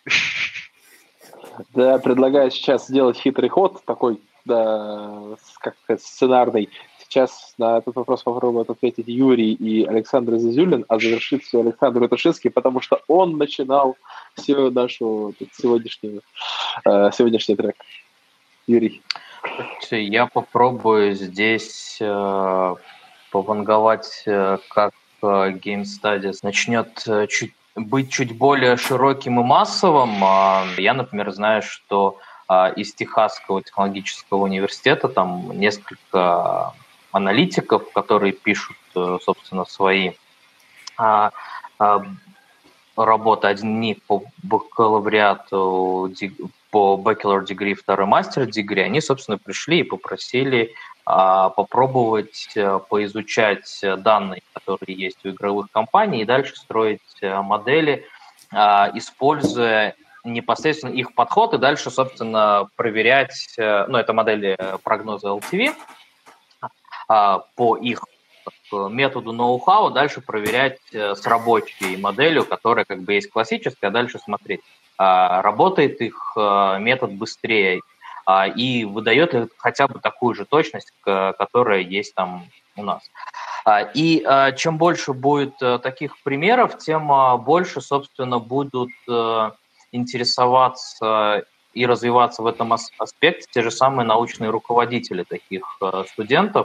Да, предлагаю сейчас сделать хитрый ход, такой, да, как сказать, сценарный. Сейчас на этот вопрос попробуют ответить Юрий и Александр Зазюлин, а завершит все Александр Ратушинский, потому что он начинал всю нашу сегодняшнюю, э, сегодняшний трек. Юрий. Я попробую здесь э, пованговать, э, как э, Game Studies начнет э, чуть, быть чуть более широким и массовым. Э, я, например, знаю, что э, из Техасского технологического университета там несколько аналитиков, которые пишут, собственно, свои а, а, работы. Один по бакалавриату, по bachelor degree, второй master degree, они, собственно, пришли и попросили а, попробовать поизучать данные, которые есть у игровых компаний, и дальше строить модели, а, используя непосредственно их подход, и дальше, собственно, проверять, ну, это модели прогноза эл ти ви, по их методу ноу-хау, дальше проверять с рабочей моделью, которая как бы есть классическая, а дальше смотреть, работает их метод быстрее и выдает ли хотя бы такую же точность, которая есть там у нас. И чем больше будет таких примеров, тем больше, собственно, будут интересоваться и развиваться в этом аспекте те же самые научные руководители таких студентов.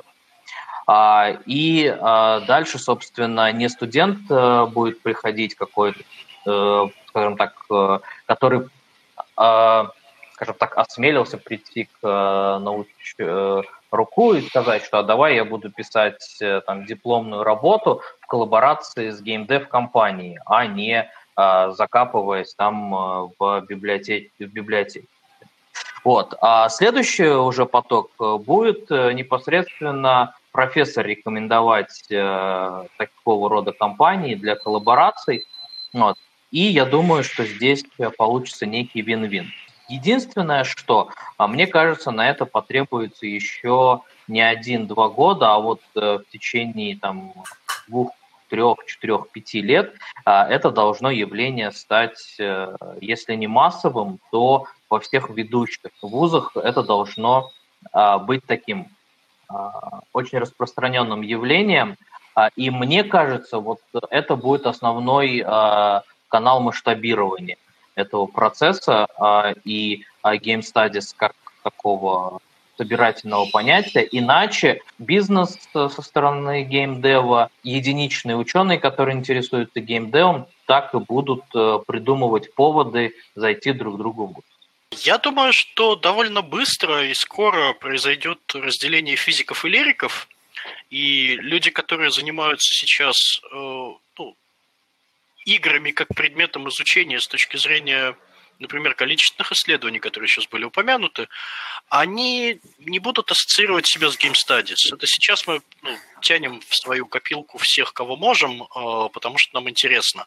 И дальше, собственно, не студент будет приходить какой-то, скажем так, который, скажем так, осмелился прийти к науч руку и сказать, что а давай я буду писать там дипломную работу в коллаборации с геймдев-компанией, а не закапываясь там в библиотеке. В библиотеке. Вот. А следующий уже поток будет непосредственно профессор рекомендовать э, такого рода компании для коллабораций. Вот. И я думаю, что здесь получится некий вин-вин. Единственное, что, мне кажется, на это потребуется еще не один-два года, а вот э, в течение там, двух, трех, четырех, пяти лет э, это должно явление стать, э, если не массовым, то во всех ведущих вузах это должно э, быть таким очень распространенным явлением, и мне кажется, вот это будет основной канал масштабирования этого процесса и Game Studies как такого собирательного понятия. Иначе бизнес со стороны геймдева, единичные ученые, которые интересуются геймдевом, так и будут придумывать поводы зайти друг к другу в гости. Я думаю, что довольно быстро и скоро произойдет разделение физиков и лириков, и люди, которые занимаются сейчас э, ну, играми как предметом изучения с точки зрения например, количественных исследований, которые сейчас были упомянуты, они не будут ассоциировать себя с Game Studies. Это сейчас мы ну, тянем в свою копилку всех, кого можем, потому что нам интересно.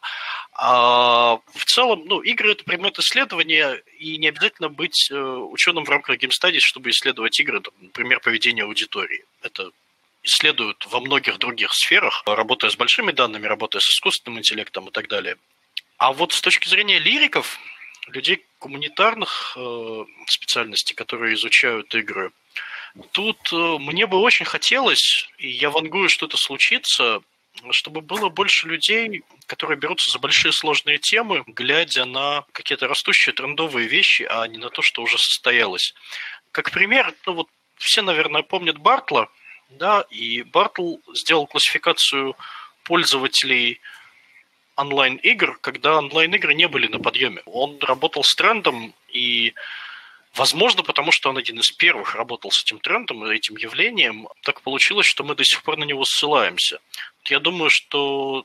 А в целом, ну, игры – это предмет исследования, и не обязательно быть ученым в рамках Game Studies, чтобы исследовать игры, там, например, поведение аудитории. Это исследуют во многих других сферах, работая с большими данными, работая с искусственным интеллектом и так далее. А вот с точки зрения лириков, людей гуманитарных э, специальностей, которые изучают игры, тут э, мне бы очень хотелось, и я вангую, что это случится, чтобы было больше людей, которые берутся за большие сложные темы, глядя на какие-то растущие трендовые вещи, а не на то, что уже состоялось. Как пример, ну вот все, наверное, помнят Бартла, да, и Бартл сделал классификацию пользователей онлайн-игр, когда онлайн-игры не были на подъеме. Он работал с трендом, и, возможно, потому что он один из первых работал с этим трендом, этим явлением, так получилось, что мы до сих пор на него ссылаемся. Я думаю, что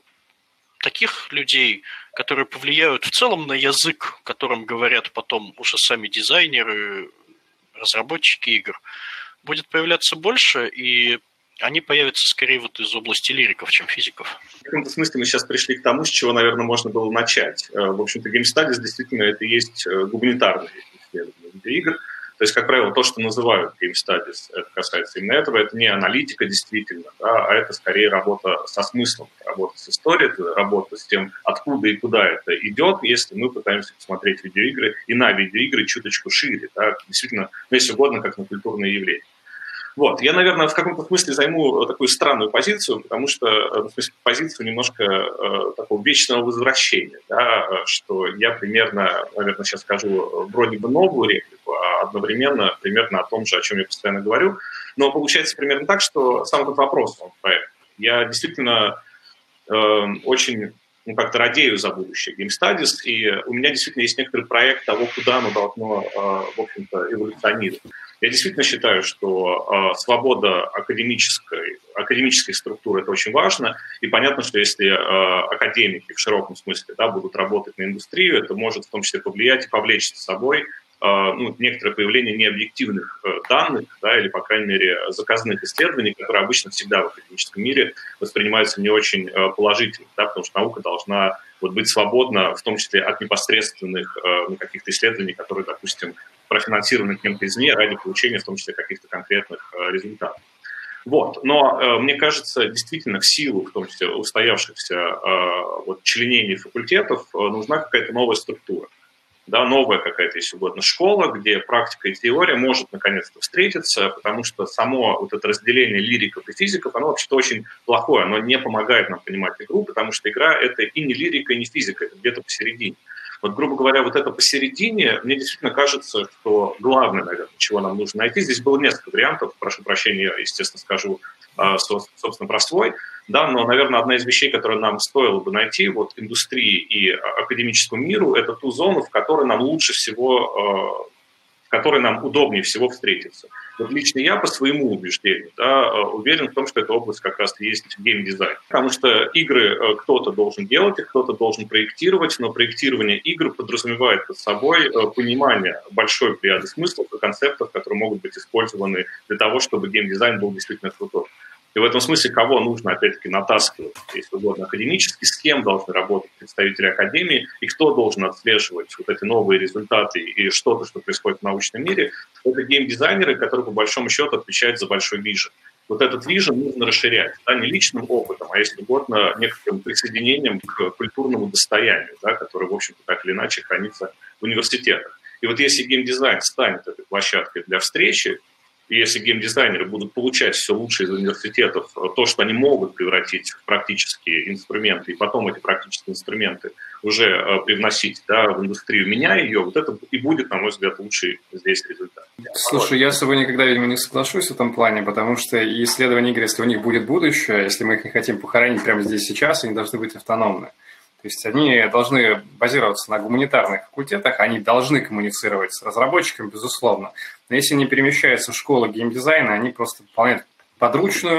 таких людей, которые повлияют в целом на язык, которым говорят потом уже сами дизайнеры, разработчики игр, будет появляться больше, и они появятся скорее вот из области лириков, чем физиков. В каком-то смысле мы сейчас пришли к тому, с чего, наверное, можно было начать. В общем-то, Game Studies действительно это и есть гуманитарные исследования видеоигр. То есть, как правило, то, что называют Game Studies, это касается именно этого, это не аналитика действительно, да, а это скорее работа со смыслом, работа с историей, это работа с тем, откуда и куда это идет, если мы пытаемся посмотреть видеоигры и на видеоигры чуточку шире, да, действительно, ну, если угодно, как на культурное явление. Вот, я, наверное, в каком-то смысле займу такую странную позицию, потому что, в смысле, позицию немножко э, такого вечного возвращения, да, что я примерно, наверное, сейчас скажу вроде бы новую реплику, а одновременно примерно о том же, о чем я постоянно говорю, но получается примерно так, что сам этот вопрос, он проект. Я действительно э, очень, ну, как-то радею за будущее Game Studies, и у меня действительно есть некоторый проект того, куда оно должно, э, в общем-то, эволюционировать. Я действительно считаю, что э, свобода академической, академической структуры – это очень важно, и понятно, что если э, академики в широком смысле, да, будут работать на индустрию, это может в том числе повлиять и повлечь за собой э, ну, некоторое появление необъективных э, данных, да, или, по крайней мере, заказных исследований, которые обычно всегда в академическом мире воспринимаются не очень э, положительно, да, потому что наука должна вот, быть свободна, в том числе от непосредственных э, ну, каких-то исследований, которые, допустим, профинансированы кем-то извне ради получения, в том числе, каких-то конкретных э, результатов. Вот. Но э, мне кажется, действительно, в силу, в том числе, устоявшихся э, вот, членений факультетов, э, нужна какая-то новая структура. Да, новая какая-то, если угодно, школа, где практика и теория может наконец-то встретиться, потому что само вот это разделение лириков и физиков, оно вообще-то очень плохое, оно не помогает нам понимать игру, потому что игра – это и не лирика, и не физика, это где-то посередине. Вот, грубо говоря, вот это посередине, мне действительно кажется, что главное, наверное, чего нам нужно найти. Здесь было несколько вариантов, прошу прощения, я, естественно, скажу, собственно, про свой. Да, но, наверное, одна из вещей, которую нам стоило бы найти вот индустрии и академическому миру, это ту зону, в которой нам лучше всего, в которой нам удобнее всего встретиться. Вот лично я, по своему убеждению, да, уверен в том, что эта область как раз есть геймдизайн. Потому что игры кто-то должен делать, их кто-то должен проектировать, но проектирование игр подразумевает под собой понимание большой плеяды смыслов и концептов, которые могут быть использованы для того, чтобы геймдизайн был действительно крутой. И в этом смысле кого нужно, опять-таки, натаскивать, если угодно, академически, с кем должны работать представители академии, и кто должен отслеживать вот эти новые результаты и что-то, что происходит в научном мире, это геймдизайнеры, которые, по большому счету, отвечают за большой вижен. Вот этот вижен нужно расширять, да, не личным опытом, а, если угодно, некоторым присоединением к культурному достоянию, да, которое, в общем-то, так или иначе хранится в университетах. И вот если геймдизайн станет этой площадкой для встречи, и если геймдизайнеры будут получать все лучше из университетов, то, что они могут превратить в практические инструменты, и потом эти практические инструменты уже привносить, да, в индустрию, меняя ее, вот это и будет, на мой взгляд, лучший здесь результат. Слушай, я с тобой никогда, видимо, не соглашусь в этом плане, потому что исследования игр, если у них будет будущее, если мы их не хотим похоронить прямо здесь сейчас, они должны быть автономны. То есть они должны базироваться на гуманитарных факультетах, они должны коммуницировать с разработчиками, безусловно. Но если они перемещаются в школу геймдизайна, они просто выполняют подручную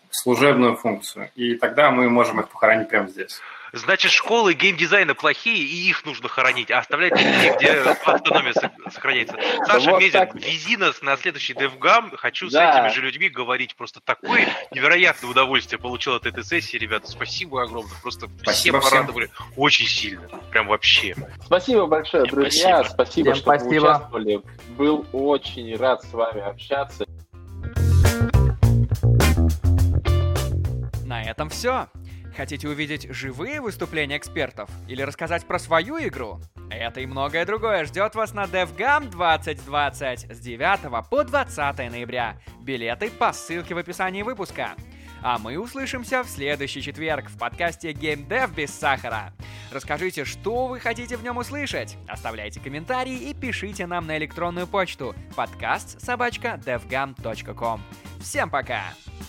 служебную функцию. И тогда мы можем их похоронить прямо здесь. Значит, школы геймдизайна плохие, и их нужно хоронить, а оставлять те, где автономия сохраняется. Саша Вот Мезин, так. вези нас на следующий DevGam. Хочу Да. с этими же людьми говорить. Просто такое невероятное удовольствие получил от этой сессии, ребята. Спасибо огромное. Просто Спасибо все всем. порадовали очень сильно. Прям вообще. Спасибо большое, Всем друзья. спасибо. Спасибо, Всем что вы спасибо. участвовали. Был очень рад с вами общаться. На этом все. Хотите увидеть живые выступления экспертов или рассказать про свою игру? Это и многое другое ждет вас на DevGam двадцать двадцать с девятого по двадцатое ноября. Билеты по ссылке в описании выпуска. А мы услышимся в следующий четверг в подкасте GameDev без сахара. Расскажите, что вы хотите в нем услышать. Оставляйте комментарии и пишите нам на электронную почту подкаст собака девгам точка ком. Всем пока!